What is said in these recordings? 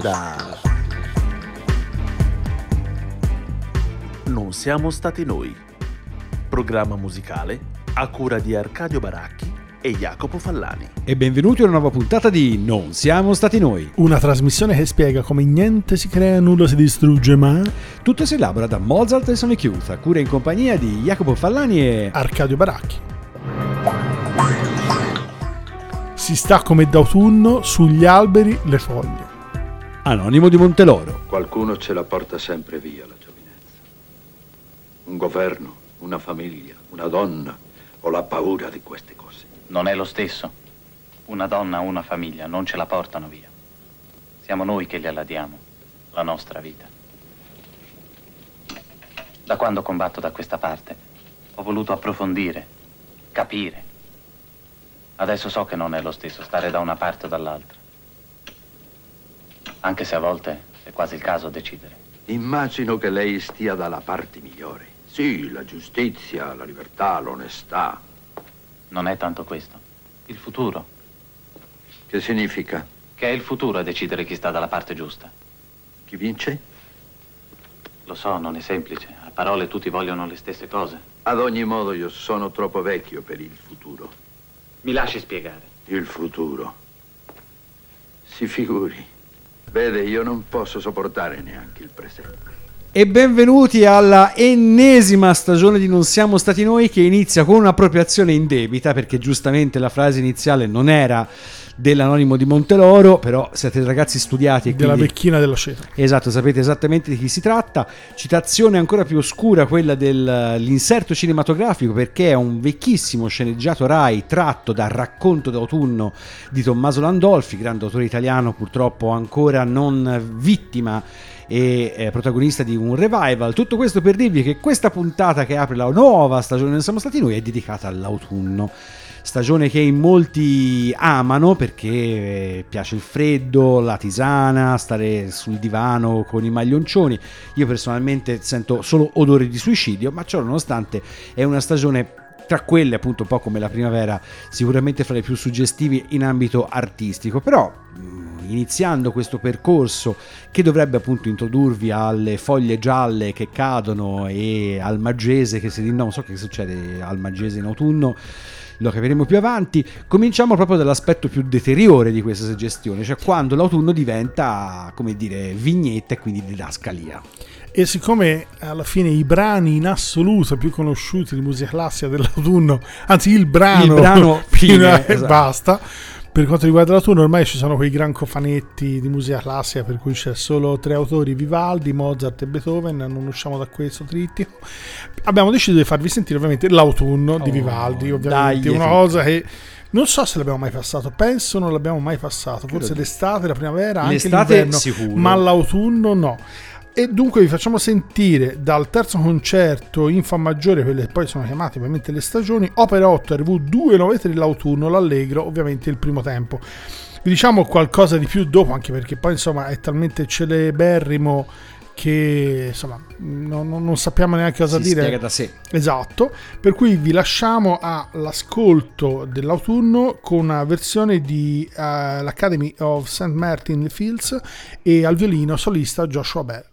onda. Non siamo stati noi. Programma musicale a cura di Arcadio Baracchi e Jacopo Fallani. E benvenuti a una nuova puntata di Non siamo stati noi. Una trasmissione che spiega come niente si crea, nulla si distrugge, ma Tutto si elabora da Mozart e Sonic Youth, a cura in compagnia di Jacopo Fallani e Arcadio Baracchi. Si sta come d'autunno, sugli alberi le foglie. Anonimo di Monteloro. Qualcuno ce la porta sempre via la giovinezza. Un governo, una famiglia, una donna o la paura di queste cose. Non è lo stesso. Una donna o una famiglia non ce la portano via. Siamo noi che gliela diamo, la nostra vita. Da quando combatto da questa parte, ho voluto approfondire, capire. Adesso so che non è lo stesso stare da una parte o dall'altra. Anche se a volte è quasi il caso decidere. Immagino che lei stia dalla parte migliore. Sì, la giustizia, la libertà, l'onestà. Non è tanto questo. Il futuro. Che significa? Che è il futuro a decidere chi sta dalla parte giusta. Chi vince? Lo so, non è semplice. A parole tutti vogliono le stesse cose. Ad ogni modo io sono troppo vecchio per il futuro. Mi lasci spiegare. Il futuro. Si figuri. Vede, io non posso sopportare neanche il presente. E benvenuti alla ennesima stagione di Non siamo stati noi, che inizia con un'appropriazione indebita, perché giustamente la frase iniziale non era dell'anonimo di Monteloro, però siete ragazzi studiati e Della quindi... vecchina della cena. Esatto, sapete esattamente di chi si tratta. Citazione ancora più oscura quella dell'inserto cinematografico, perché è un vecchissimo sceneggiato Rai tratto dal Racconto d'autunno di Tommaso Landolfi, grande autore italiano, purtroppo ancora non vittima e protagonista di un revival. Tutto questo per dirvi che questa puntata che apre la nuova stagione Non siamo stati noi è dedicata all'autunno. Stagione che in molti amano perché piace il freddo, la tisana, stare sul divano con i maglioncioni. Io personalmente sento solo odore di suicidio, ma ciò nonostante è una stagione tra quelle, appunto, un po' come la primavera, sicuramente fra le più suggestivi in ambito artistico. Però iniziando questo percorso che dovrebbe appunto introdurvi alle foglie gialle che cadono e al maggese che si non so che succede al maggese in autunno, lo capiremo più avanti. Cominciamo proprio dall'aspetto più deteriore di questa suggestione, cioè quando l'autunno diventa, come dire, vignetta e quindi didascalia. E siccome alla fine i brani in assoluto più conosciuti di musica classica dell'autunno, anzi il brano fine, e esatto. basta, per quanto riguarda l'autunno ormai ci sono quei gran cofanetti di musica classica per cui c'è solo 3 autori: Vivaldi, Mozart e Beethoven. Non usciamo da questo trittico. Abbiamo deciso di farvi sentire ovviamente l'autunno di Vivaldi, ovviamente dai, una cosa che non so se l'abbiamo mai passato, penso non l'abbiamo mai passato, forse l'estate, la primavera, anche l'estate l'inverno, sicuro, ma l'autunno no. E dunque vi facciamo sentire dal terzo concerto in fa maggiore, quelle che poi sono chiamate ovviamente le stagioni, opera 8 RV 2 novette dell'autunno, l'allegro, ovviamente il primo tempo. Vi diciamo qualcosa di più dopo, anche perché poi insomma è talmente celeberrimo che insomma non sappiamo neanche cosa si dire. Spiega da sé. Esatto, per cui vi lasciamo all'ascolto dell'autunno con una versione di l'Academy of St. Martin in the Fields e al violino solista Joshua Bell.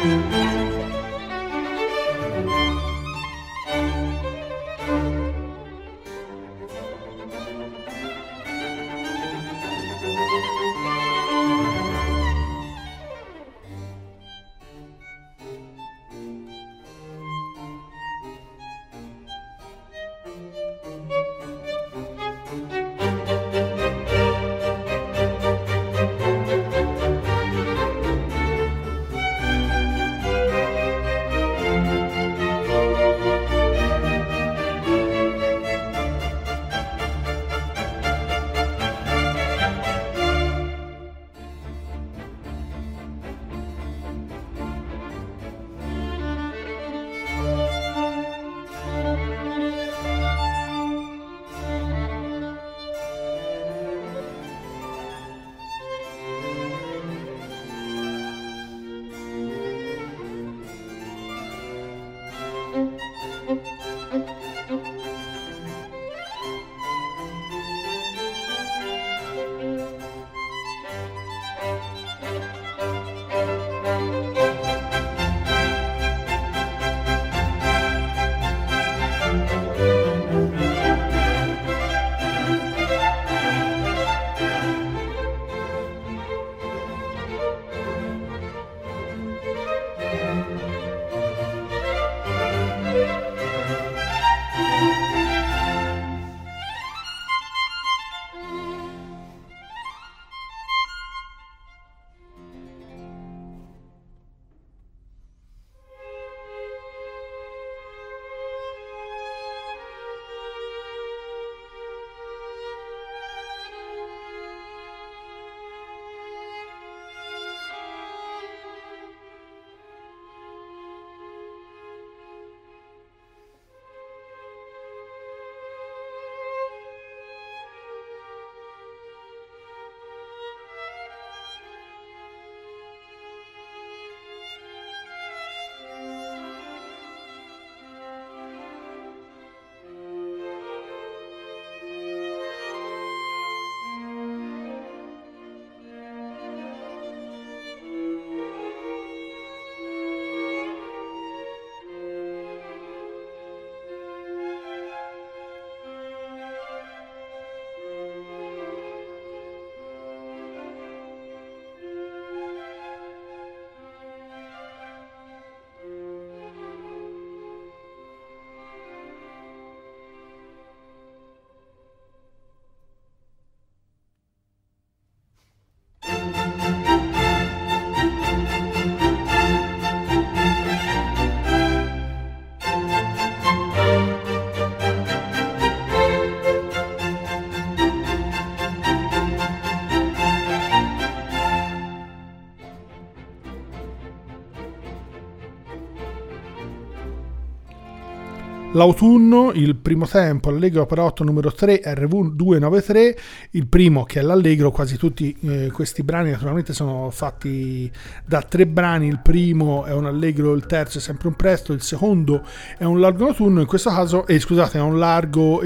L'autunno, il primo tempo, allegro opera 8 numero 3, RV 293, il primo che è l'allegro, quasi tutti questi brani naturalmente sono fatti da 3 brani, il primo è un allegro, il terzo è sempre un presto, il secondo è un largo notturno, in questo caso, scusate, è un largo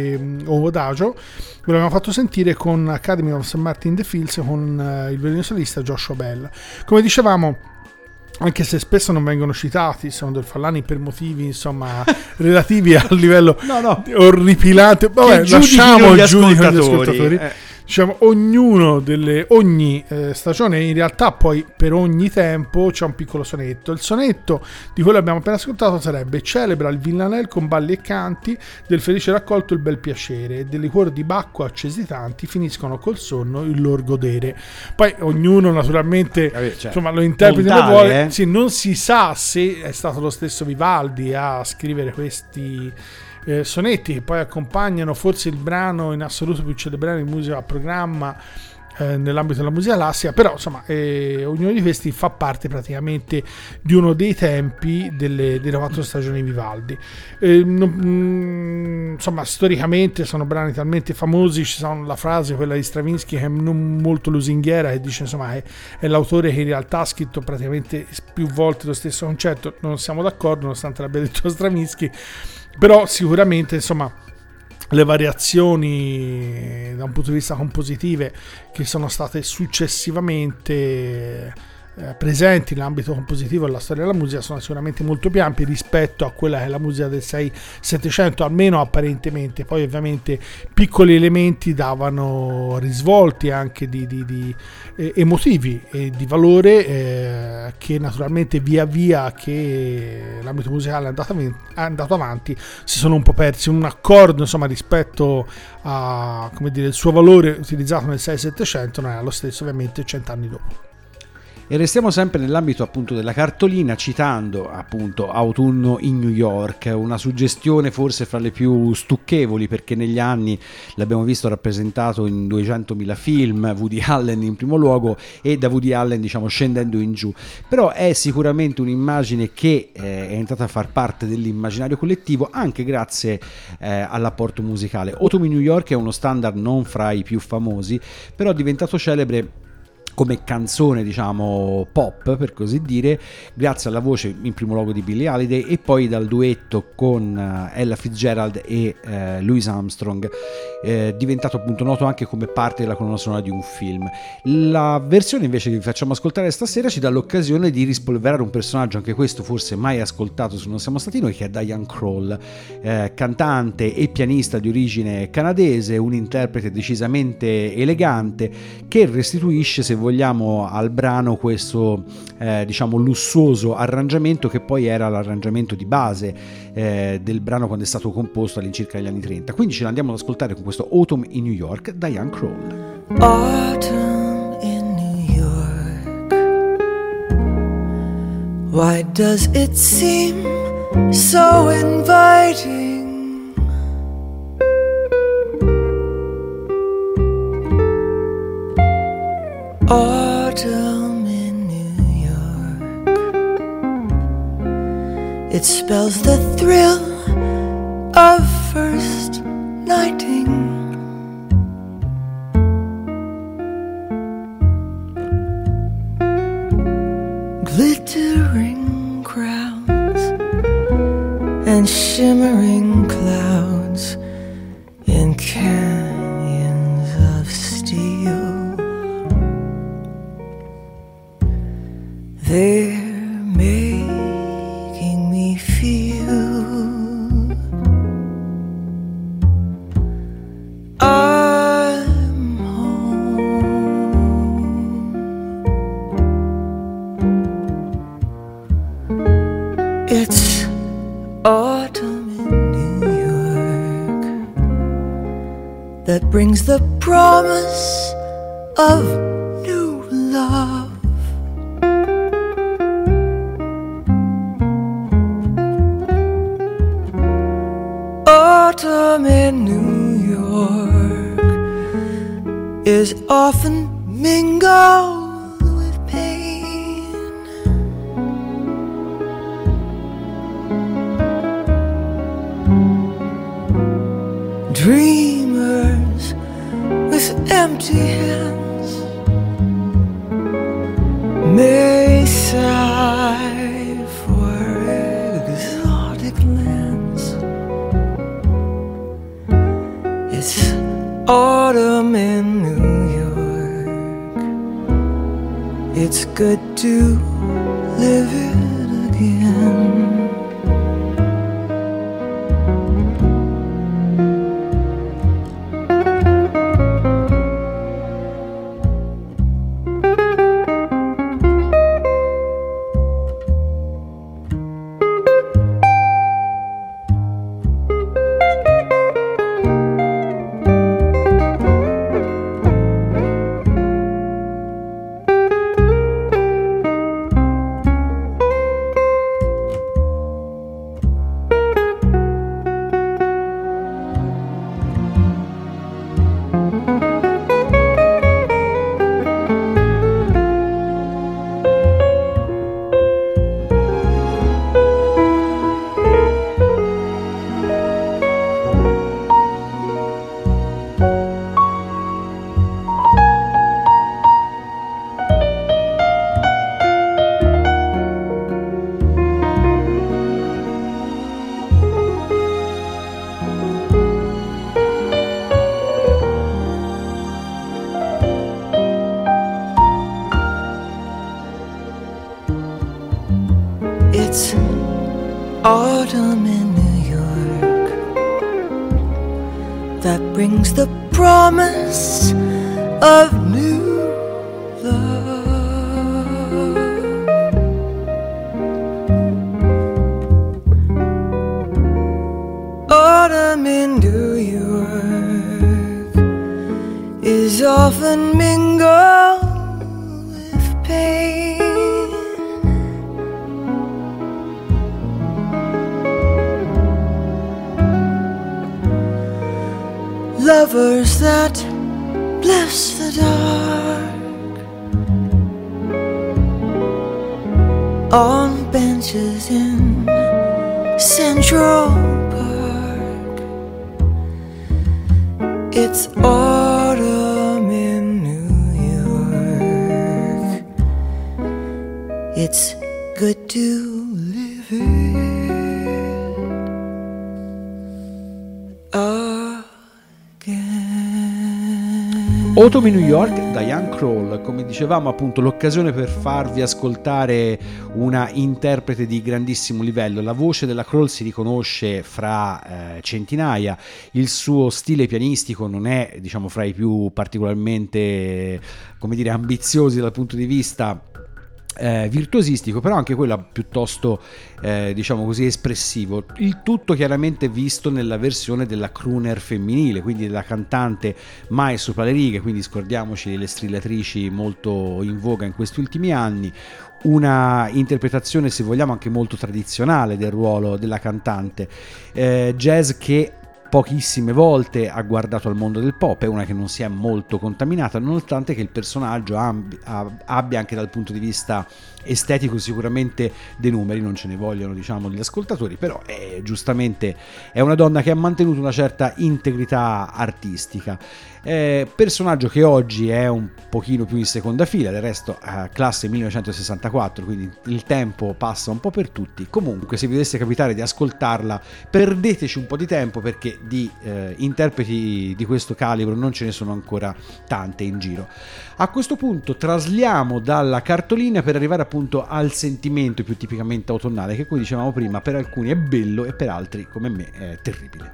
o adagio, ve l'abbiamo fatto sentire con Academy of St. Martin in the Fields con il violino solista Joshua Bell. Come dicevamo, anche se spesso non vengono citati, sono del Fallani per motivi insomma relativi al livello orripilante, vabbè, lasciamo il giudice degli ascoltatori. Diciamo, ogni stagione, in realtà poi per ogni tempo c'è un piccolo sonetto. Il sonetto di quello che abbiamo appena ascoltato sarebbe: celebra il villanel con balli e canti, del felice raccolto il bel piacere, e dei liquori di bacco accesi tanti finiscono col sonno il lor godere. Poi ognuno naturalmente insomma lo interpreta come vuole. Sì, non si sa se è stato lo stesso Vivaldi a scrivere questi sonetti che poi accompagnano forse il brano in assoluto più celebrato in musica a programma nell'ambito della musica classica, però insomma ognuno di questi fa parte praticamente di uno dei tempi delle 4 stagioni Vivaldi. Insomma, storicamente sono brani talmente famosi, ci sono la frase, quella di Stravinsky, che è non molto lusinghiera, che dice insomma è l'autore che in realtà ha scritto praticamente più volte lo stesso concetto. Non siamo d'accordo, nonostante l'abbia detto Stravinsky, però sicuramente insomma le variazioni da un punto di vista compositive che sono state successivamente presenti nell'ambito compositivo della storia della musica sono sicuramente molto più ampi rispetto a quella che è la musica del 6-700, almeno apparentemente. Poi ovviamente piccoli elementi davano risvolti anche di emotivi e di valore che naturalmente via via che l'ambito musicale è andato avanti si sono un po' persi. Un accordo, insomma, rispetto a, come dire, il suo valore utilizzato nel 6-700 non è lo stesso ovviamente 100 anni dopo. E restiamo sempre nell'ambito appunto della cartolina, citando appunto Autunno in New York, una suggestione forse fra le più stucchevoli, perché negli anni l'abbiamo visto rappresentato in 200.000 film, Woody Allen in primo luogo, e da Woody Allen diciamo scendendo in giù, però è sicuramente un'immagine che è entrata a far parte dell'immaginario collettivo anche grazie all'apporto musicale. Autumn in New York è uno standard non fra i più famosi, però è diventato celebre come canzone, diciamo, pop, per così dire, grazie alla voce in primo luogo di Billie Holiday e poi dal duetto con Ella Fitzgerald e Louis Armstrong, diventato appunto noto anche come parte della colonna sonora di un film. La versione invece che vi facciamo ascoltare stasera ci dà l'occasione di rispolverare un personaggio, anche questo forse mai ascoltato su Non Siamo Stati Noi, che è Diane Kroll, cantante e pianista di origine canadese, un interprete decisamente elegante che restituisce, se vogliamo, al brano questo diciamo lussuoso arrangiamento che poi era l'arrangiamento di base del brano quando è stato composto all'incirca negli anni 30. Quindi ce l'andiamo ad ascoltare con questo Autumn in New York, Diane Kroll. Autumn in New York, why does it seem so inviting? Autumn in New York, it spells the thrill of first nighting. Glittering crowds and shimmering clouds in canyons of steel. They're making me feel I'm home. It's autumn in New York that brings the promise of new love. Autumn in New York is often mingled with pain. Dreamers with empty hands may sigh for exotic lands. It's autumn in New York. It's good to live it again. It's autumn in New York that brings the promise of new love. Autumn in New York is often mingled with pain. Lovers that bless the dark on benches in Central Park. It's autumn in New York. It's good to live it again. Autumn in New York, Diane Krall, come dicevamo appunto l'occasione per farvi ascoltare una interprete di grandissimo livello. La voce della Krall si riconosce fra centinaia, il suo stile pianistico non è, diciamo, fra i più particolarmente, come dire, ambiziosi dal punto di vista virtuosistico, però anche quello piuttosto diciamo così espressivo, il tutto chiaramente visto nella versione della crooner femminile, quindi della cantante mai sopra le righe, quindi scordiamoci le strillatrici molto in voga in questi ultimi anni, una interpretazione se vogliamo anche molto tradizionale del ruolo della cantante, jazz che pochissime volte ha guardato al mondo del pop, è una che non si è molto contaminata, nonostante che il personaggio abbia anche dal punto di vista estetico sicuramente dei numeri, non ce ne vogliono, diciamo, gli ascoltatori, però giustamente è una donna che ha mantenuto una certa integrità artistica. Personaggio che oggi è un pochino più in seconda fila, del resto classe 1964, quindi il tempo passa un po' per tutti. Comunque, se vi dovesse capitare di ascoltarla, perdeteci un po' di tempo, perché di interpreti di questo calibro non ce ne sono ancora tante in giro. A questo punto trasliamo dalla cartolina per arrivare appunto al sentimento più tipicamente autunnale, che, come dicevamo prima, per alcuni è bello e per altri, come me, è terribile.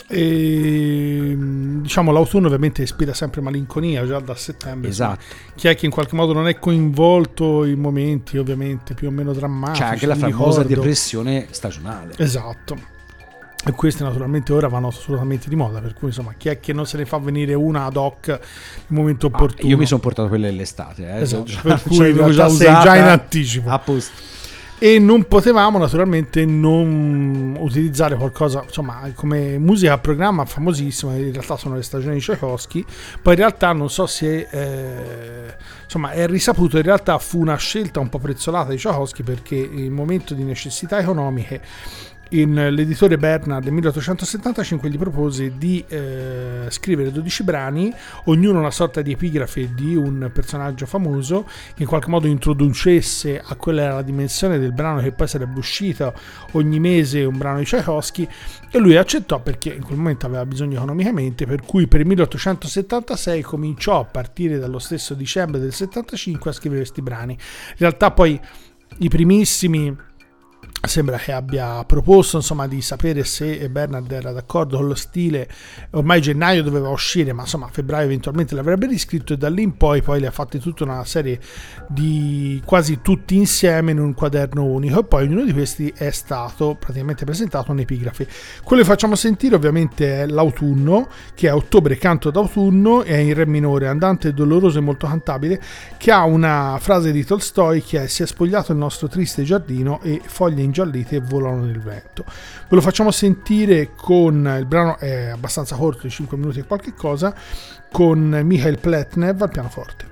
E diciamo l'autunno ovviamente ispira sempre malinconia già da settembre. Esatto. Chi è che in qualche modo non è coinvolto in momenti ovviamente più o meno drammatici, c'è anche la famosa depressione stagionale. Esatto. E queste naturalmente ora vanno assolutamente di moda, per cui insomma chi è che non se ne fa venire una ad hoc nel momento opportuno. Io mi sono portato quella dell'estate, esatto, per cui in realtà sei già in anticipo. A posto. E non potevamo naturalmente non utilizzare qualcosa, insomma, come musica a programma famosissima, in realtà sono le stagioni di Tchaikovsky. Poi in realtà non so se insomma è risaputo, in realtà fu una scelta un po' prezzolata di Tchaikovsky, perché in momento di necessità economiche l'editore Bernard nel 1875 gli propose di scrivere 12 brani, ognuno una sorta di epigrafe di un personaggio famoso, che in qualche modo introducesse a quella era la dimensione del brano che poi sarebbe uscito ogni mese, un brano di Tchaikovsky, e lui accettò perché in quel momento aveva bisogno economicamente, per cui per il 1876 cominciò a partire dallo stesso dicembre del 75 a scrivere questi brani. In realtà poi i primissimi sembra che abbia proposto, insomma, di sapere se Bernard era d'accordo con lo stile. Ormai gennaio doveva uscire, ma insomma a febbraio eventualmente l'avrebbe riscritto, e da lì in poi le ha fatte tutta una serie di quasi tutti insieme in un quaderno unico, e poi ognuno di questi è stato praticamente presentato un'epigrafe. Quello che facciamo sentire ovviamente è l'autunno, che è Ottobre canto d'autunno, è in re minore, andante, doloroso e molto cantabile, che ha una frase di Tolstoi che è: si è spogliato il nostro triste giardino e foglie ingiallite volano nel vento. Ve lo facciamo sentire con il brano, è abbastanza corto, di 5 minuti e qualche cosa, con Mikhail Pletnev al pianoforte.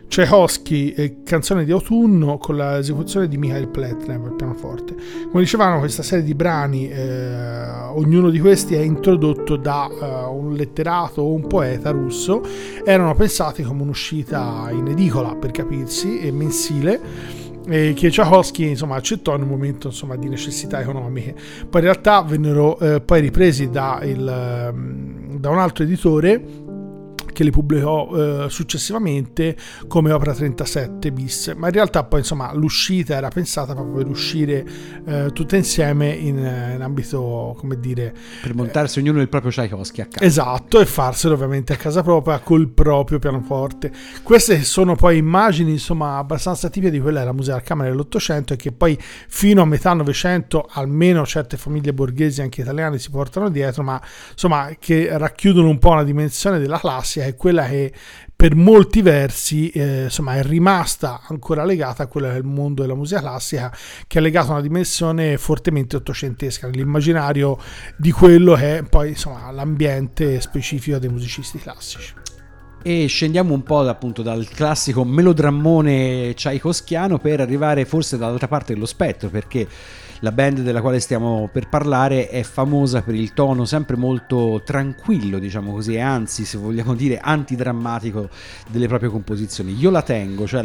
Tchaikovsky e Canzone di autunno con l'esecuzione di Michael Pletner al pianoforte. Come dicevamo, questa serie di brani, ognuno di questi è introdotto da un letterato o un poeta russo, erano pensati come un'uscita in edicola, per capirsi, e mensile, che Tchaikovsky insomma accettò in un momento insomma di necessità economiche. Poi in realtà vennero poi ripresi da un altro editore che li pubblicò successivamente come opera 37 bis, ma in realtà poi insomma l'uscita era pensata proprio per uscire tutte insieme in ambito, come dire, per montarsi ognuno il proprio Tchaikovsky a casa. Esatto, e farselo ovviamente a casa propria col proprio pianoforte. Queste sono poi immagini insomma abbastanza tipiche di quella della musica da camera dell'Ottocento, e che poi fino a metà Novecento almeno certe famiglie borghesi anche italiane si portano dietro, ma insomma che racchiudono un po' una dimensione della classica, è quella che per molti versi insomma è rimasta ancora legata a quella del mondo della musica classica, che è legata a una dimensione fortemente ottocentesca nell'immaginario di quello che è poi insomma l'ambiente specifico dei musicisti classici. E scendiamo un po' appunto dal classico melodrammone tchaikovskiano per arrivare forse dall'altra parte dello spettro, perché la band della quale stiamo per parlare è famosa per il tono sempre molto tranquillo, diciamo così, e anzi, se vogliamo dire, antidrammatico delle proprie composizioni. Io la tengo, cioè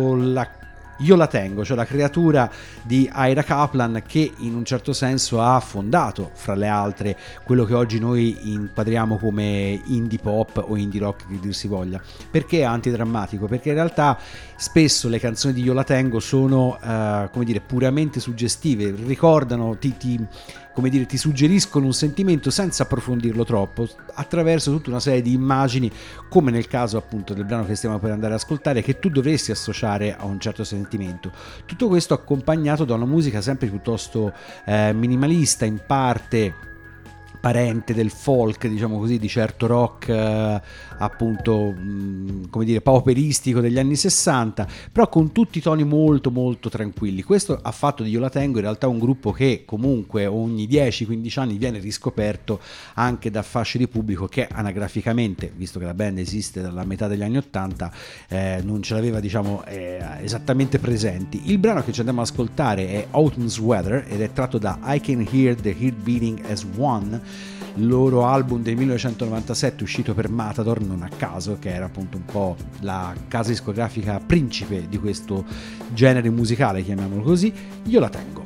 la creatura di Ira Kaplan, che in un certo senso ha fondato, fra le altre, quello che oggi noi inquadriamo come indie pop o indie rock, che dir si voglia. Perché è antidrammatico? Perché in realtà spesso le canzoni di Io la tengo sono come dire, puramente suggestive, ricordano, ti suggeriscono un sentimento senza approfondirlo troppo, attraverso tutta una serie di immagini, come nel caso appunto del brano che stiamo per andare ad ascoltare, che tu dovresti associare a un certo sentimento. Tutto questo accompagnato da una musica sempre piuttosto minimalista, in parte parente del folk, diciamo così, di certo rock appunto come dire pauperistico degli anni 60, però con tutti i toni molto molto tranquilli. Questo ha fatto di Io la tengo in realtà un gruppo che comunque ogni 10-15 anni viene riscoperto anche da fasce di pubblico che anagraficamente, visto che la band esiste dalla metà degli anni 80, non ce l'aveva diciamo esattamente presenti. Il brano che ci andiamo ad ascoltare è Autumn's Weather ed è tratto da I Can Hear the Heart Beating as One, loro album del 1997 uscito per Matador, non a caso, che era appunto un po' la casa discografica principe di questo genere musicale, chiamiamolo così. Io la tengo.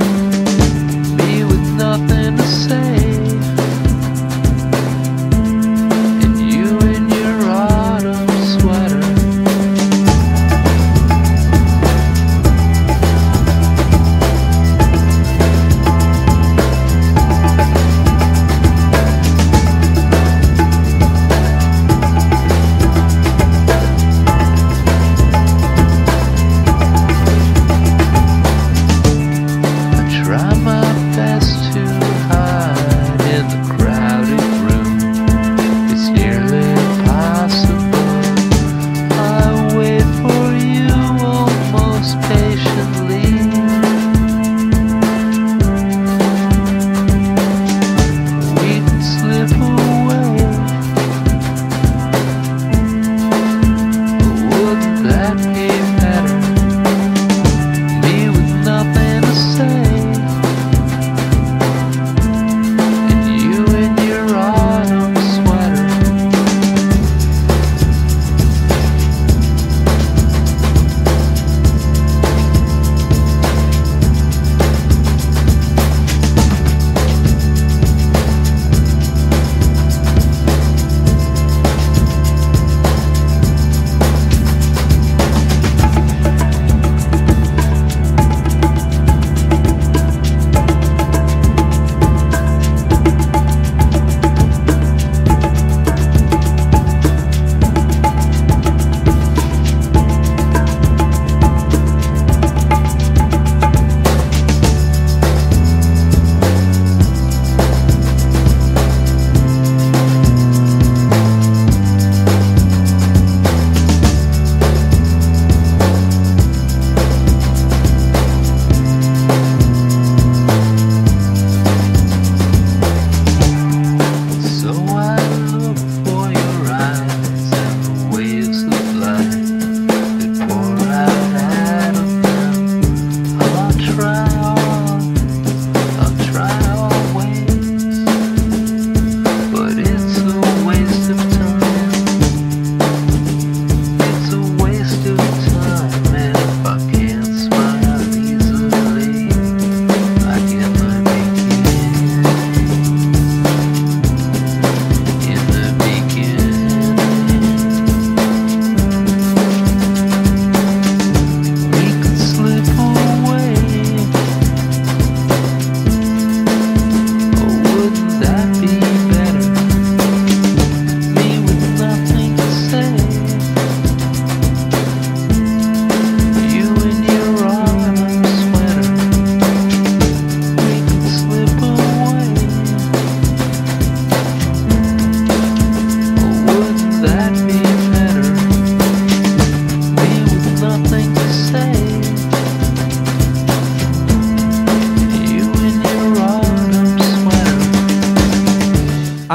Nothing to say.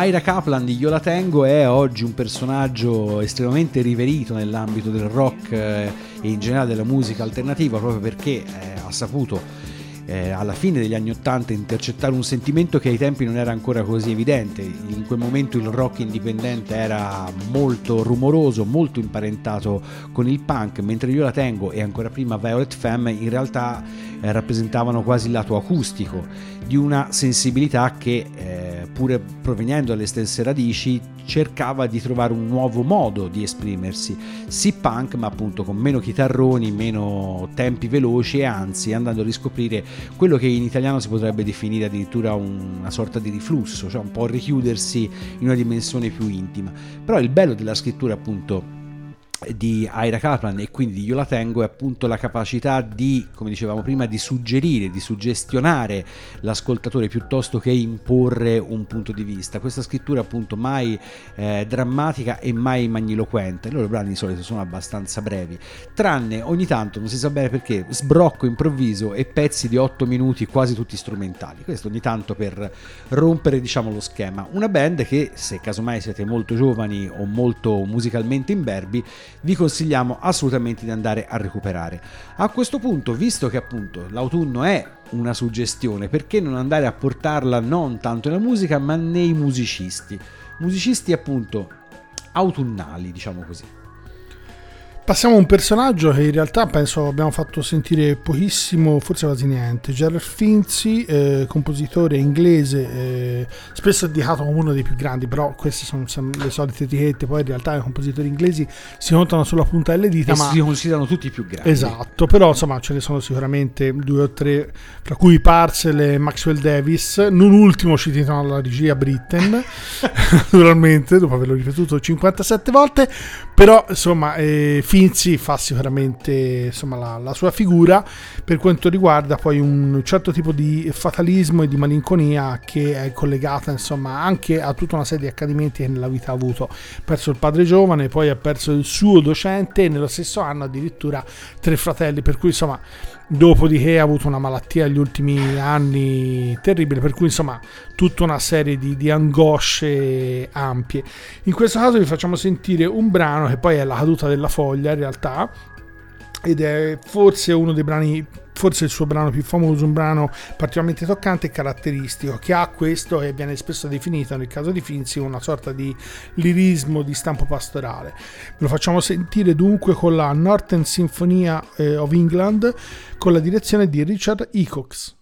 Ira Kaplan di Io La Tengo è oggi un personaggio estremamente riverito nell'ambito del rock e in generale della musica alternativa, proprio perché ha saputo alla fine degli anni '80 intercettare un sentimento che ai tempi non era ancora così evidente. In quel momento il rock indipendente era molto rumoroso, molto imparentato con il punk, mentre Io La Tengo e ancora prima Violet Femme in realtà rappresentavano quasi il lato acustico di una sensibilità che pure provenendo dalle stesse radici cercava di trovare un nuovo modo di esprimersi, sì punk ma appunto con meno chitarroni, meno tempi veloci e anzi andando a riscoprire quello che in italiano si potrebbe definire addirittura una sorta di riflusso, cioè un po' richiudersi in una dimensione più intima. Però il bello della scrittura appunto di Ira Kaplan e quindi di Io La Tengo è appunto la capacità di, come dicevamo prima, di suggerire, di suggestionare l'ascoltatore piuttosto che imporre un punto di vista. Questa scrittura appunto mai drammatica e mai magniloquente. I loro brani di solito sono abbastanza brevi, tranne ogni tanto, non si sa bene perché, sbrocco improvviso e pezzi di 8 minuti quasi tutti strumentali. Questo ogni tanto per rompere, diciamo, lo schema. Una band che, se casomai siete molto giovani o molto musicalmente imberbi, vi consigliamo assolutamente di andare a recuperare. A questo punto, visto che appunto l'autunno è una suggestione, perché non andare a portarla non tanto nella musica ma nei musicisti appunto autunnali, diciamo così. Passiamo a un personaggio che in realtà penso abbiamo fatto sentire pochissimo, forse quasi niente. Gerald Finzi, compositore inglese, spesso indicato come uno dei più grandi, però queste sono le solite etichette, poi in realtà i compositori inglesi si contano sulla punta delle dita, e ma si considerano tutti più grandi. Esatto, però insomma ce ne sono sicuramente 2 o 3, fra cui Parcel e Maxwell Davis, non ultimo citano alla regia Britten, naturalmente, dopo averlo ripetuto 57 volte, però insomma Finzi fa sicuramente insomma la sua figura per quanto riguarda poi un certo tipo di fatalismo e di malinconia che è collegata insomma anche a tutta una serie di accadimenti che nella vita ha avuto. Ha perso il padre giovane, poi ha perso il suo docente e nello stesso anno addirittura 3 fratelli, per cui insomma dopodiché ha avuto una malattia negli ultimi anni terribile, per cui insomma tutta una serie di angosce ampie. In questo caso vi facciamo sentire un brano che poi è La caduta della foglia in realtà, ed è forse uno dei brani, forse il suo brano più famoso, un brano particolarmente toccante e caratteristico, che ha questo e viene spesso definito nel caso di Finzi una sorta di lirismo di stampo pastorale. Lo facciamo sentire dunque con la Northern Symphony of England con la direzione di Richard Eacox.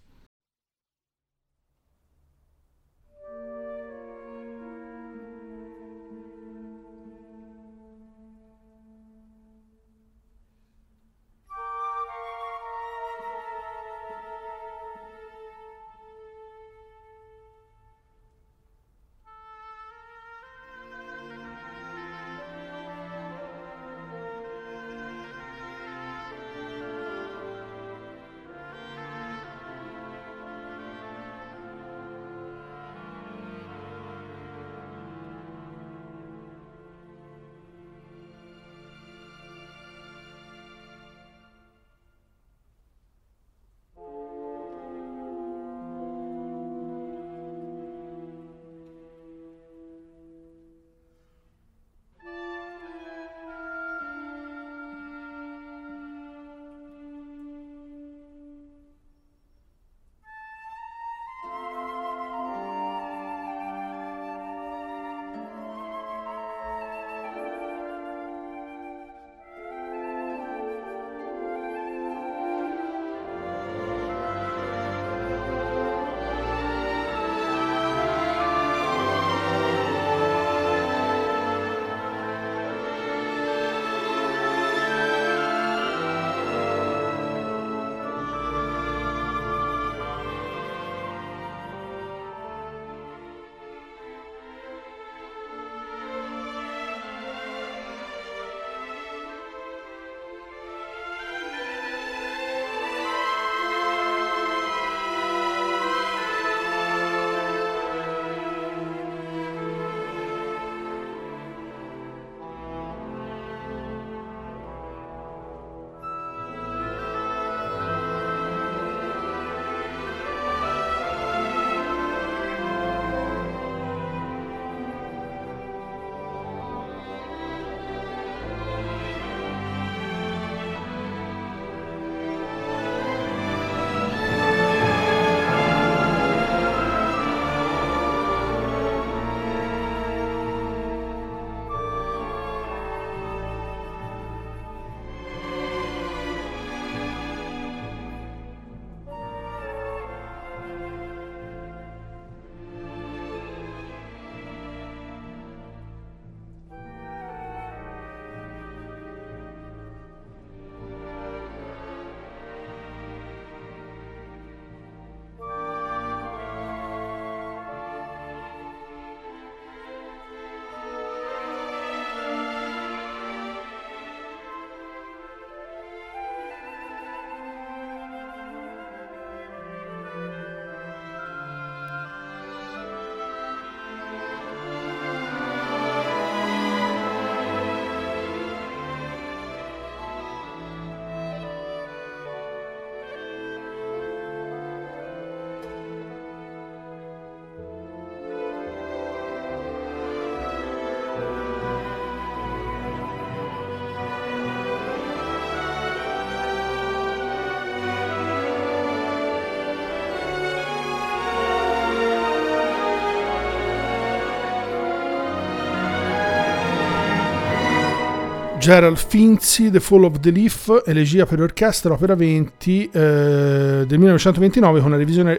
Gerald Finzi, The Fall of the Leaf, elegia per orchestra, opera 20 del 1929 con una revisione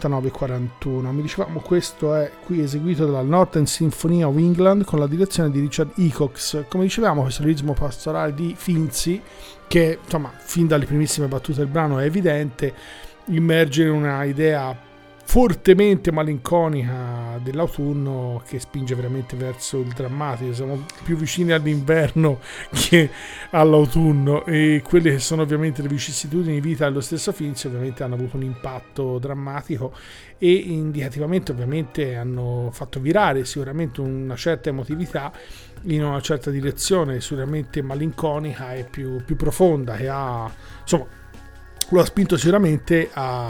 3941. Mi dicevamo, questo è qui eseguito dalla Northern Symphony of England con la direzione di Richard Eacox. Come dicevamo, questo ritmo pastorale di Finzi, che insomma fin dalle primissime battute del brano è evidente, immerge in una idea fortemente malinconica dell'autunno che spinge veramente verso il drammatico. Siamo più vicini all'inverno che all'autunno, e quelle che sono ovviamente le vicissitudini di vita dello stesso Finzi ovviamente hanno avuto un impatto drammatico e indicativamente ovviamente hanno fatto virare sicuramente una certa emotività in una certa direzione, sicuramente malinconica e più profonda, che ha, insomma, lo ha spinto sicuramente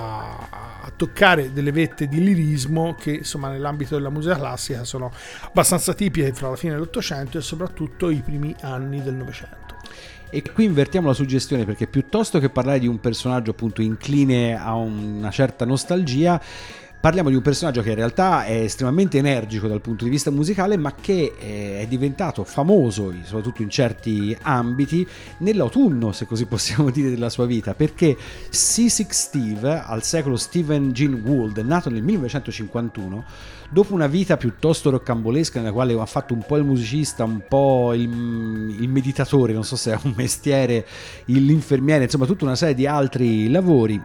a toccare delle vette di lirismo che insomma nell'ambito della musica classica sono abbastanza tipiche fra la fine dell'Ottocento e soprattutto i primi anni del Novecento. E qui invertiamo la suggestione, perché piuttosto che parlare di un personaggio appunto incline a una certa nostalgia, parliamo di un personaggio che in realtà è estremamente energico dal punto di vista musicale, ma che è diventato famoso, soprattutto in certi ambiti, nell'autunno, se così possiamo dire, della sua vita, perché Seasick Steve, al secolo Stephen Gene Gould, nato nel 1951, dopo una vita piuttosto roccambolesca nella quale ha fatto un po' il musicista, un po' il meditatore, non so se è un mestiere, l'infermiere, insomma tutta una serie di altri lavori,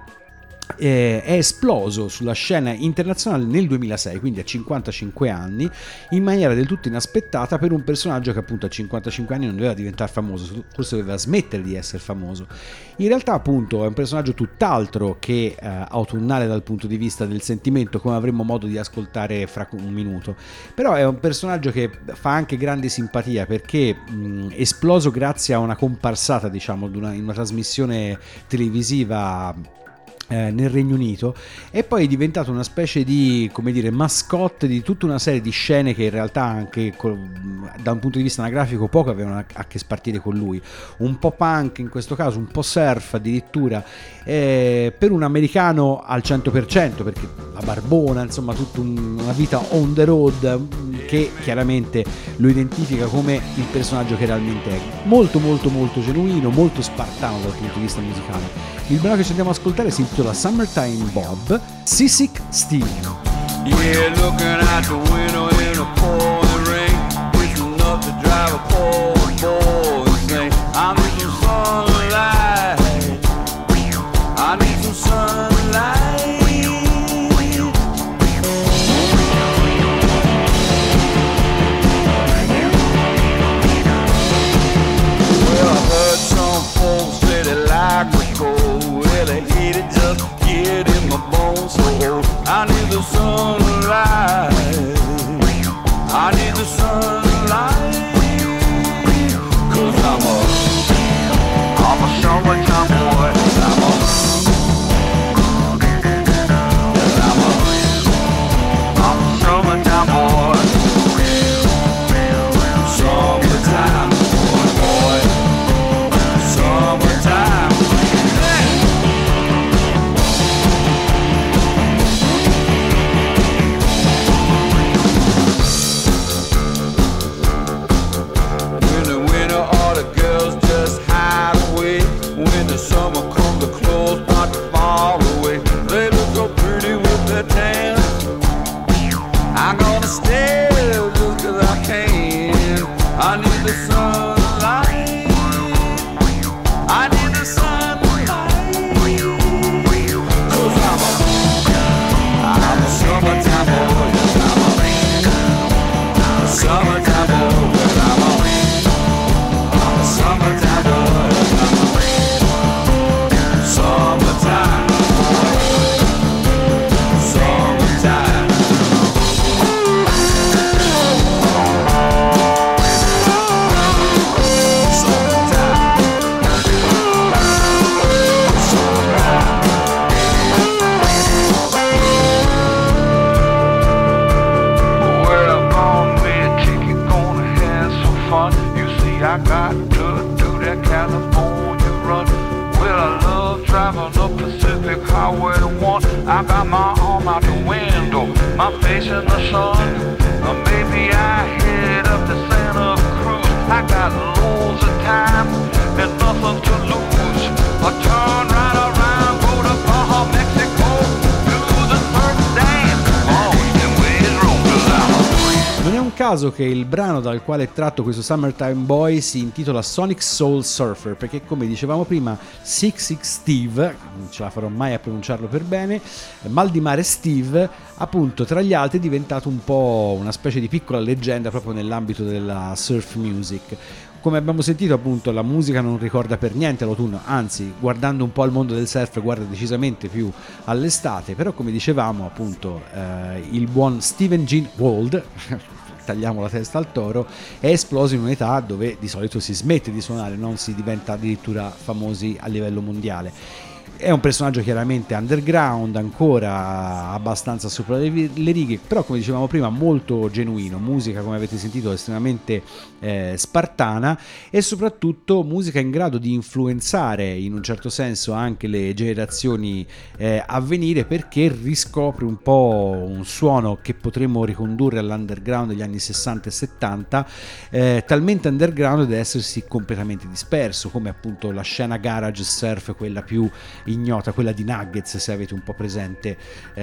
è esploso sulla scena internazionale nel 2006, quindi a 55 anni, in maniera del tutto inaspettata per un personaggio che appunto a 55 anni non doveva diventare famoso, forse doveva smettere di essere famoso. In realtà appunto è un personaggio tutt'altro che autunnale dal punto di vista del sentimento, come avremo modo di ascoltare fra un minuto, però è un personaggio che fa anche grande simpatia, perché esploso grazie a una comparsata, diciamo, in una trasmissione televisiva nel Regno Unito, e poi è diventato una specie di, come dire, mascotte di tutta una serie di scene che in realtà anche da un punto di vista anagrafico poco avevano a che spartire con lui, un po' punk in questo caso, un po' surf addirittura, per un americano al 100%, perché la barbona, insomma tutta una vita on the road che chiaramente lo identifica come il personaggio che realmente è, molto molto molto genuino, molto spartano dal punto di vista musicale. Il brano che ci andiamo ad ascoltare si intitola Summertime Bob, Seasick Steve. Yeah, looking out the window in a pouring rain, wishing up to drive a poor boy insane. I need some sunlight, I need some sunlight. Well, I heard some folks say they like the cold, well, they hate it just get in my bones so old. I need the sunlight, I need the sunlight, 'cause I'm a summertime boy, I'm a summertime boy, summertime boy, summertime. Summer comes, the clothes not far away. They look so pretty with their tan. I'm gonna stay just 'cause I can. I need the sunlight, I need the sunlight, 'cause I'm a summertime boy, yes, I'm a summertime boy, yes, I'm a summertime boy, yes, summertime, summertime. Well, I'm gonna be a chicken, gonna have some fun. You see, I got to do that California run. Well, I love driving the Pacific Highway 1. I got my arm out the window, my face in the sun. Or maybe I head up to Santa Cruz. I got loads of time and nothing to lose. I turn right around, go to Baja, Mexico, do the surf dance. Oh, them ways roll to the Non è un caso che il brano dal quale è tratto questo Summertime Boy si intitola Sonic Soul Surfer, perché come dicevamo prima, Sick Sick Steve, non ce la farò mai a pronunciarlo per bene, Mal di Mare Steve, appunto tra gli altri è diventato un po' una specie di piccola leggenda proprio nell'ambito della surf music. Come abbiamo sentito, appunto, la musica non ricorda per niente l'autunno, anzi, guardando un po' il mondo del surf guarda decisamente più all'estate, però come dicevamo, appunto, il buon Steven Gene Wald tagliamo la testa al toro, è esploso in un'età dove di solito si smette di suonare, non si diventa addirittura famosi a livello mondiale. È un personaggio chiaramente underground, ancora abbastanza sopra le righe, però come dicevamo prima molto genuino, musica come avete sentito estremamente spartana e soprattutto musica in grado di influenzare in un certo senso anche le generazioni a venire, perché riscopre un po' un suono che potremmo ricondurre all'underground degli anni 60 e 70, talmente underground da essersi completamente disperso, come appunto la scena garage surf, quella più ignota, quella di Nuggets, se avete un po' presente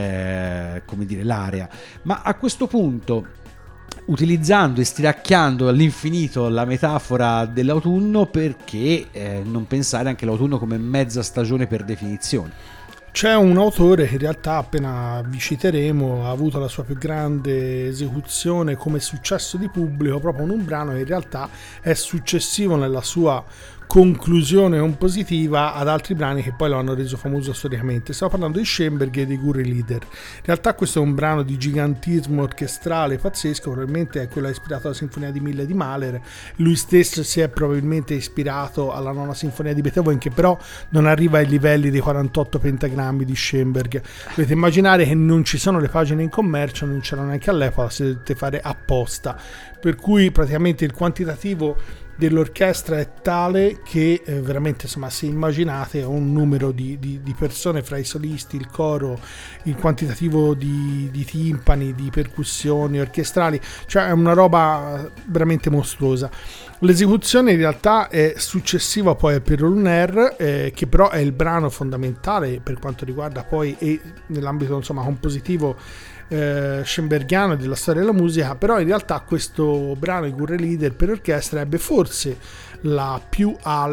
come dire l'area. Ma a questo punto, utilizzando e stiracchiando all'infinito la metafora dell'autunno, perché non pensare anche all'autunno come mezza stagione per definizione? C'è un autore che in realtà appena vi citeremo ha avuto la sua più grande esecuzione come successo di pubblico proprio in un brano che in realtà è successivo nella sua conclusione compositiva ad altri brani che poi lo hanno reso famoso storicamente. Stiamo parlando di Schoenberg e di Gurre Leader. In realtà questo è un brano di gigantismo orchestrale pazzesco, probabilmente è quello ispirato alla Sinfonia di Mille di Mahler. Lui stesso si è probabilmente ispirato alla Nona Sinfonia di Beethoven, che però non arriva ai livelli dei 48 pentagrammi di Schoenberg. Dovete immaginare che non ci sono le pagine in commercio, non c'erano neanche all'epoca, si dovete fare apposta, per cui praticamente il quantitativo dell'orchestra è tale che veramente, insomma, se immaginate un numero di persone fra i solisti, il coro, il quantitativo di timpani, di percussioni orchestrali, cioè è una roba veramente mostruosa. L'esecuzione in realtà è successiva poi al Pierrot Lunaire, che però è il brano fondamentale per quanto riguarda poi e nell'ambito, insomma, compositivo schoenbergiano della storia della musica. Però in realtà questo brano di Gurre Leader per orchestra ebbe forse la più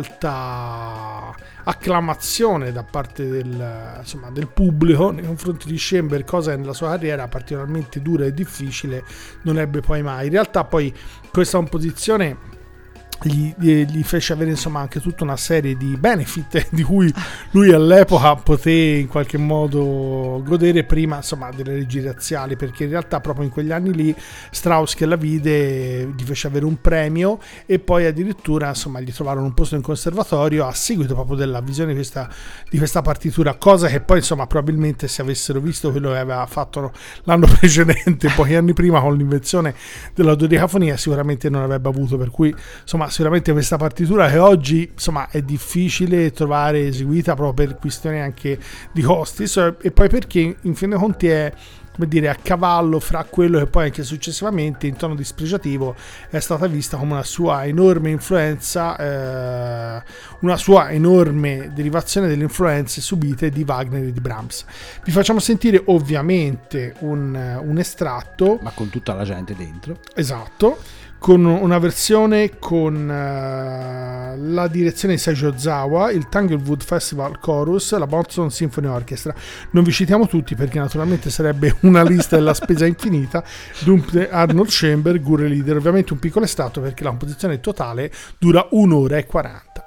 alta acclamazione da parte del pubblico nei confronti di Schoenberg, cosa che nella sua carriera particolarmente dura e difficile non ebbe poi mai. In realtà poi questa composizione gli fece avere, insomma, anche tutta una serie di benefit di cui lui all'epoca poté in qualche modo godere prima, insomma, delle leggi razziali, perché in realtà proprio in quegli anni lì Strauss, che la vide, gli fece avere un premio e poi addirittura, insomma, gli trovarono un posto in conservatorio a seguito proprio della visione di questa partitura, cosa che poi, insomma, probabilmente se avessero visto quello che aveva fatto l'anno precedente, pochi anni prima, con l'invenzione della dodecafonia, sicuramente non avrebbe avuto. Per cui, insomma, sicuramente questa partitura, che oggi, insomma, è difficile trovare eseguita proprio per questioni anche di costi, e poi perché in fin dei conti è, come dire, a cavallo fra quello che poi anche successivamente in tono dispregiativo è stata vista come una sua enorme influenza, una sua enorme derivazione delle influenze subite di Wagner e di Brahms. Vi facciamo sentire ovviamente un estratto, ma con tutta la gente dentro, esatto, con una versione con la direzione di Seiji Ozawa, il Tanglewood Festival Chorus, la Boston Symphony Orchestra. Non vi citiamo tutti perché naturalmente sarebbe una lista della spesa infinita. Dunque Arnold Schoenberg, Gurre Leader, ovviamente un piccolo estratto perché la composizione totale dura 1 ora e 40.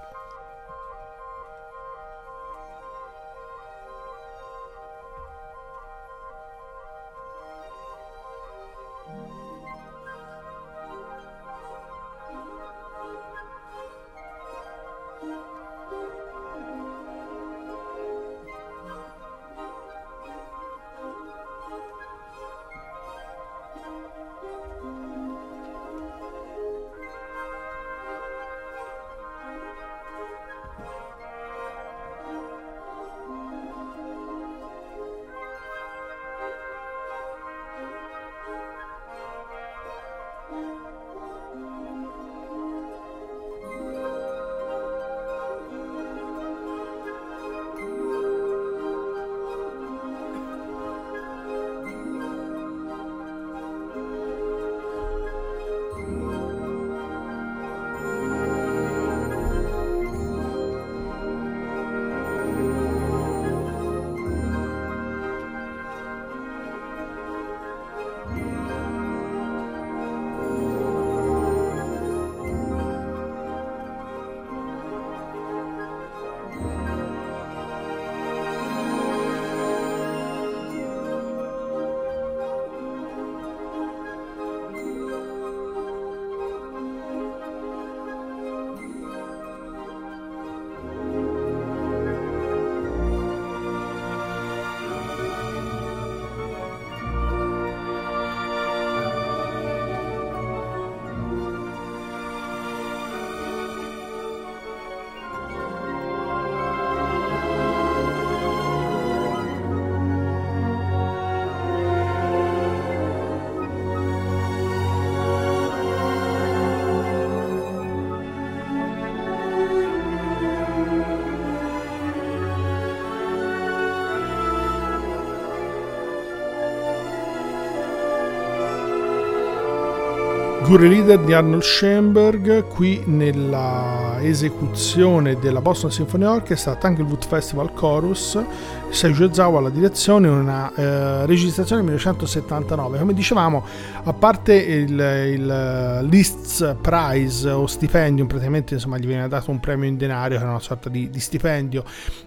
Guru Leader di Arnold Schoenberg, qui nella esecuzione della Boston Symphony Orchestra, Tanglewood Festival Chorus, Seiji Ozawa alla direzione, una registrazione del 1979. Come dicevamo, a parte il Liszt's Prize o stipendium, praticamente insomma gli viene dato un premio in denario che è una sorta di stipendio,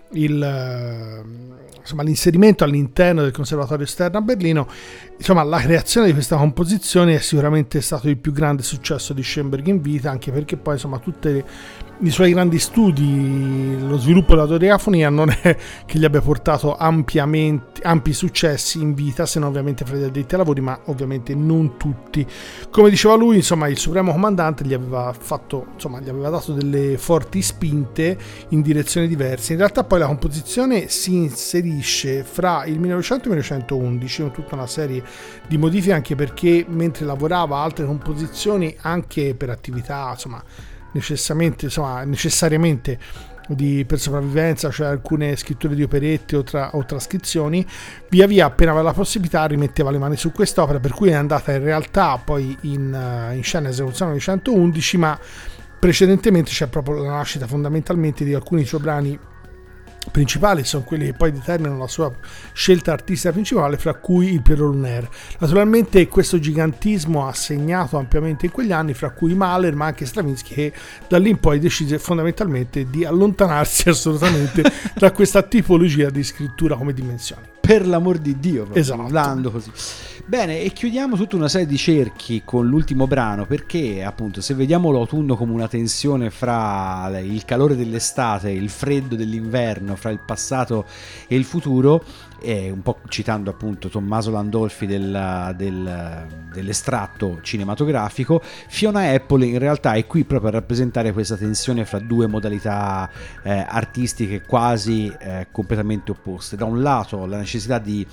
l'inserimento all'interno del Conservatorio Esterno a Berlino, insomma la creazione di questa composizione è sicuramente stato il più grande successo di Schoenberg in vita, anche perché poi insomma tutti i suoi grandi studi, lo sviluppo della dodecafonia non è che gli abbia portato ampi successi in vita, se non ovviamente fra gli addetti ai lavori, ma ovviamente non tutti. Come diceva lui, insomma il Supremo Comandante gli aveva dato delle forti spinte in direzioni diverse. In realtà poi la composizione si inserisce fra il 1900 e il 1911 con tutta una serie di modifiche, anche perché mentre lavorava altre composizioni anche per attività necessariamente per sopravvivenza, cioè alcune scritture di operette o trascrizioni, via via appena aveva la possibilità rimetteva le mani su quest'opera, per cui è andata in realtà poi in scena esecuzione nel 1911, ma precedentemente c'è proprio la nascita fondamentalmente di alcuni suoi brani principali, sono quelli che poi determinano la sua scelta artistica principale, fra cui il Pierrot Lunaire. Naturalmente questo gigantismo ha segnato ampiamente in quegli anni, fra cui Mahler ma anche Stravinsky, che da lì in poi decise fondamentalmente di allontanarsi assolutamente da questa tipologia di scrittura come dimensioni. Per l'amor di Dio, esatto. Parlando così. Bene, e chiudiamo tutta una serie di cerchi con l'ultimo brano, perché appunto se vediamo l'autunno come una tensione fra il calore dell'estate e il freddo dell'inverno, fra il passato e il futuro, un po' citando appunto Tommaso Landolfi dell'estratto cinematografico, Fiona Apple in realtà è qui proprio a rappresentare questa tensione fra due modalità artistiche quasi completamente opposte. Da un lato la necessità di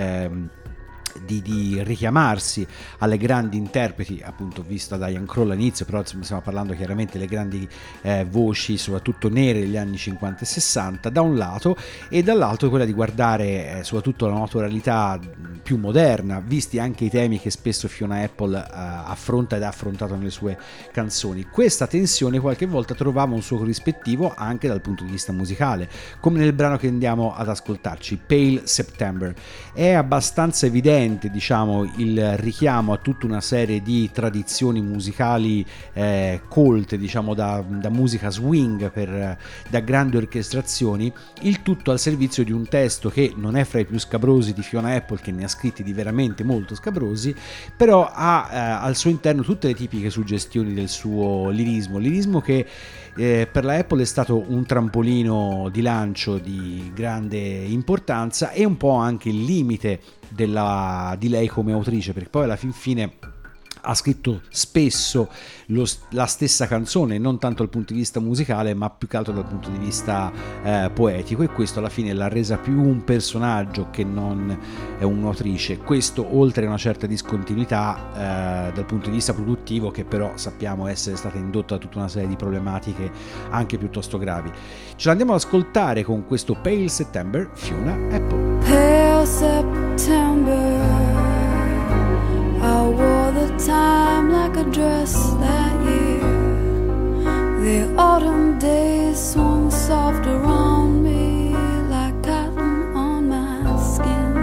richiamarsi alle grandi interpreti, appunto vista da Ian Kroll all'inizio, però stiamo parlando chiaramente delle grandi voci soprattutto nere degli anni 50 e 60 da un lato, e dall'altro quella di guardare soprattutto la naturalità più moderna, visti anche i temi che spesso Fiona Apple affronta ed ha affrontato nelle sue canzoni. Questa tensione qualche volta trovava un suo corrispettivo anche dal punto di vista musicale, come nel brano che andiamo ad ascoltarci, Pale September. È abbastanza evidente, diciamo, il richiamo a tutta una serie di tradizioni musicali colte, diciamo da musica swing da grandi orchestrazioni, il tutto al servizio di un testo che non è fra i più scabrosi di Fiona Apple, che ne ha scritti di veramente molto scabrosi, però ha al suo interno tutte le tipiche suggestioni del suo lirismo che per la Apple è stato un trampolino di lancio di grande importanza e un po' anche il limite di lei come autrice, perché poi alla fin fine ha scritto spesso la stessa canzone, non tanto dal punto di vista musicale ma più che altro dal punto di vista poetico, e questo alla fine l'ha resa più un personaggio che non è un'autrice. Questo oltre a una certa discontinuità dal punto di vista produttivo, che però sappiamo essere stata indotta da tutta una serie di problematiche anche piuttosto gravi. Ce l'andiamo ad ascoltare con questo Pale September, Fiona Apple. Pale September, I wore the time like a dress that year. The autumn days swung soft around me like cotton on my skin.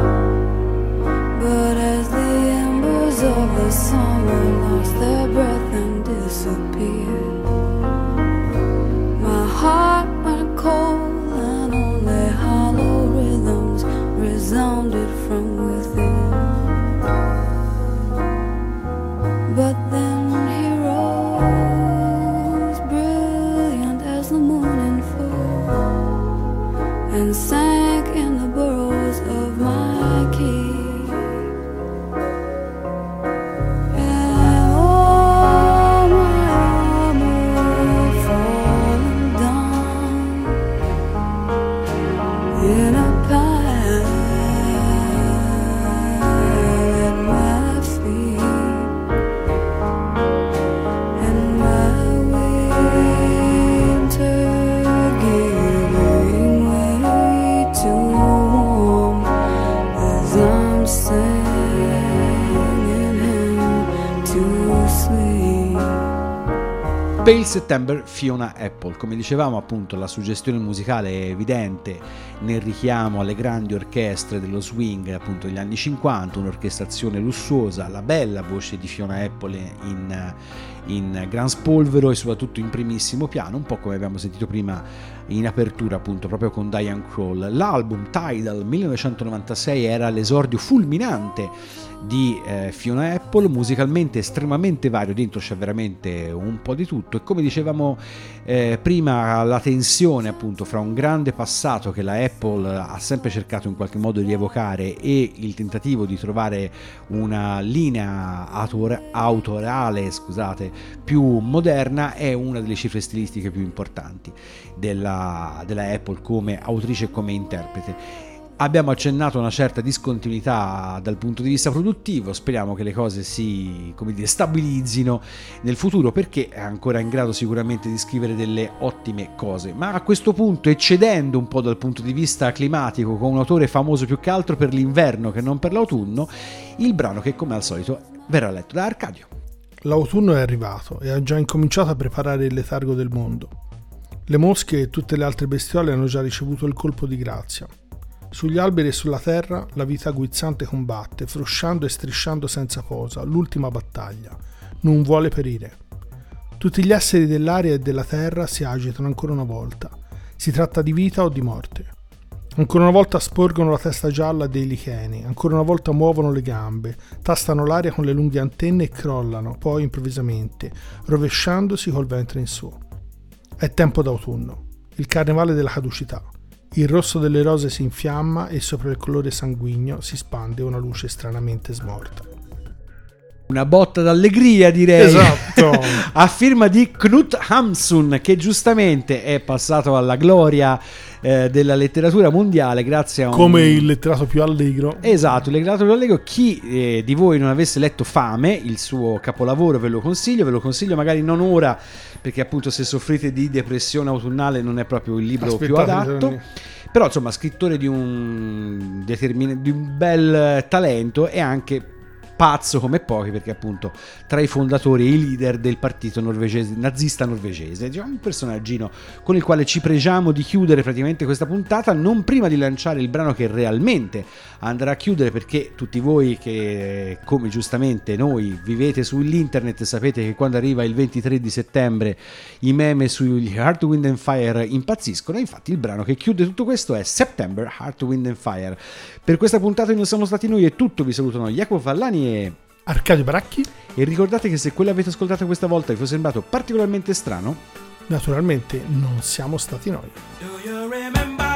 But as the embers of the summer lost their breath and disappeared, my heart went cold and only hollow rhythms resounded from within. But then he rose, brilliant as the moon in full, and sank in the burrows of my key. And oh, my armor fallen down in a pile at my feet. Winter giving way Pale September, Fiona Apple. Come dicevamo, appunto, la suggestione musicale è evidente nel richiamo alle grandi orchestre dello swing, appunto, degli anni 50, un'orchestrazione lussuosa, la bella voce di Fiona Apple in gran spolvero e soprattutto in primissimo piano, un po' come abbiamo sentito prima in apertura, appunto, proprio con Diane Krall. L'album Tidal 1996 era l'esordio fulminante di Fiona Apple, musicalmente estremamente vario, dentro c'è veramente un po' di tutto, e come dicevamo prima, la tensione appunto fra un grande passato che la Apple ha sempre cercato in qualche modo di evocare e il tentativo di trovare una linea autorale, scusate, più moderna, è una delle cifre stilistiche più importanti della Apple come autrice e come interprete. Abbiamo accennato a una certa discontinuità dal punto di vista produttivo, speriamo che le cose si, come dire, stabilizzino nel futuro, perché è ancora in grado sicuramente di scrivere delle ottime cose. Ma a questo punto, eccedendo un po' dal punto di vista climatico, con un autore famoso più che altro per l'inverno che non per l'autunno, il brano che come al solito verrà letto da Arcadio. L'autunno è arrivato e ha già incominciato a preparare il letargo del mondo. Le mosche e tutte le altre bestiole hanno già ricevuto il colpo di grazia. Sugli alberi e sulla terra la vita guizzante combatte, frusciando e strisciando senza posa, l'ultima battaglia. Non vuole perire. Tutti gli esseri dell'aria e della terra si agitano ancora una volta. Si tratta di vita o di morte. Ancora una volta sporgono la testa gialla dei licheni, ancora una volta muovono le gambe, tastano l'aria con le lunghe antenne e crollano, poi improvvisamente, rovesciandosi col ventre in su. È tempo d'autunno, il carnevale della caducità. Il rosso delle rose si infiamma e sopra il colore sanguigno si spande una luce stranamente smorta. Una botta d'allegria, direi. Esatto. A firma di Knut Hamsun, che giustamente è passato alla gloria della letteratura mondiale grazie a come il letterato più allegro. Esatto, il letterato più allegro. Chi di voi non avesse letto Fame, il suo capolavoro, ve lo consiglio magari non ora, perché appunto se soffrite di depressione autunnale non è proprio il libro più adatto. Però insomma, scrittore di un bel talento e anche pazzo come pochi, perché appunto tra i fondatori e i leader del partito norvegese, nazista norvegese, diciamo, un personaggino con il quale ci pregiamo di chiudere praticamente questa puntata, non prima di lanciare il brano che realmente andrà a chiudere, perché tutti voi che come giustamente noi vivete sull'internet sapete che quando arriva il 23 di settembre i meme sugli Heart, Wind and Fire impazziscono. Infatti il brano che chiude tutto questo è September, Heart, Wind and Fire. Per questa puntata non siamo stati noi, è tutto. Vi salutano Jacopo Fallani e Arcadio Baracchi, e ricordate che se quello avete ascoltato questa volta vi fosse sembrato particolarmente strano, naturalmente non siamo stati noi. Do you remember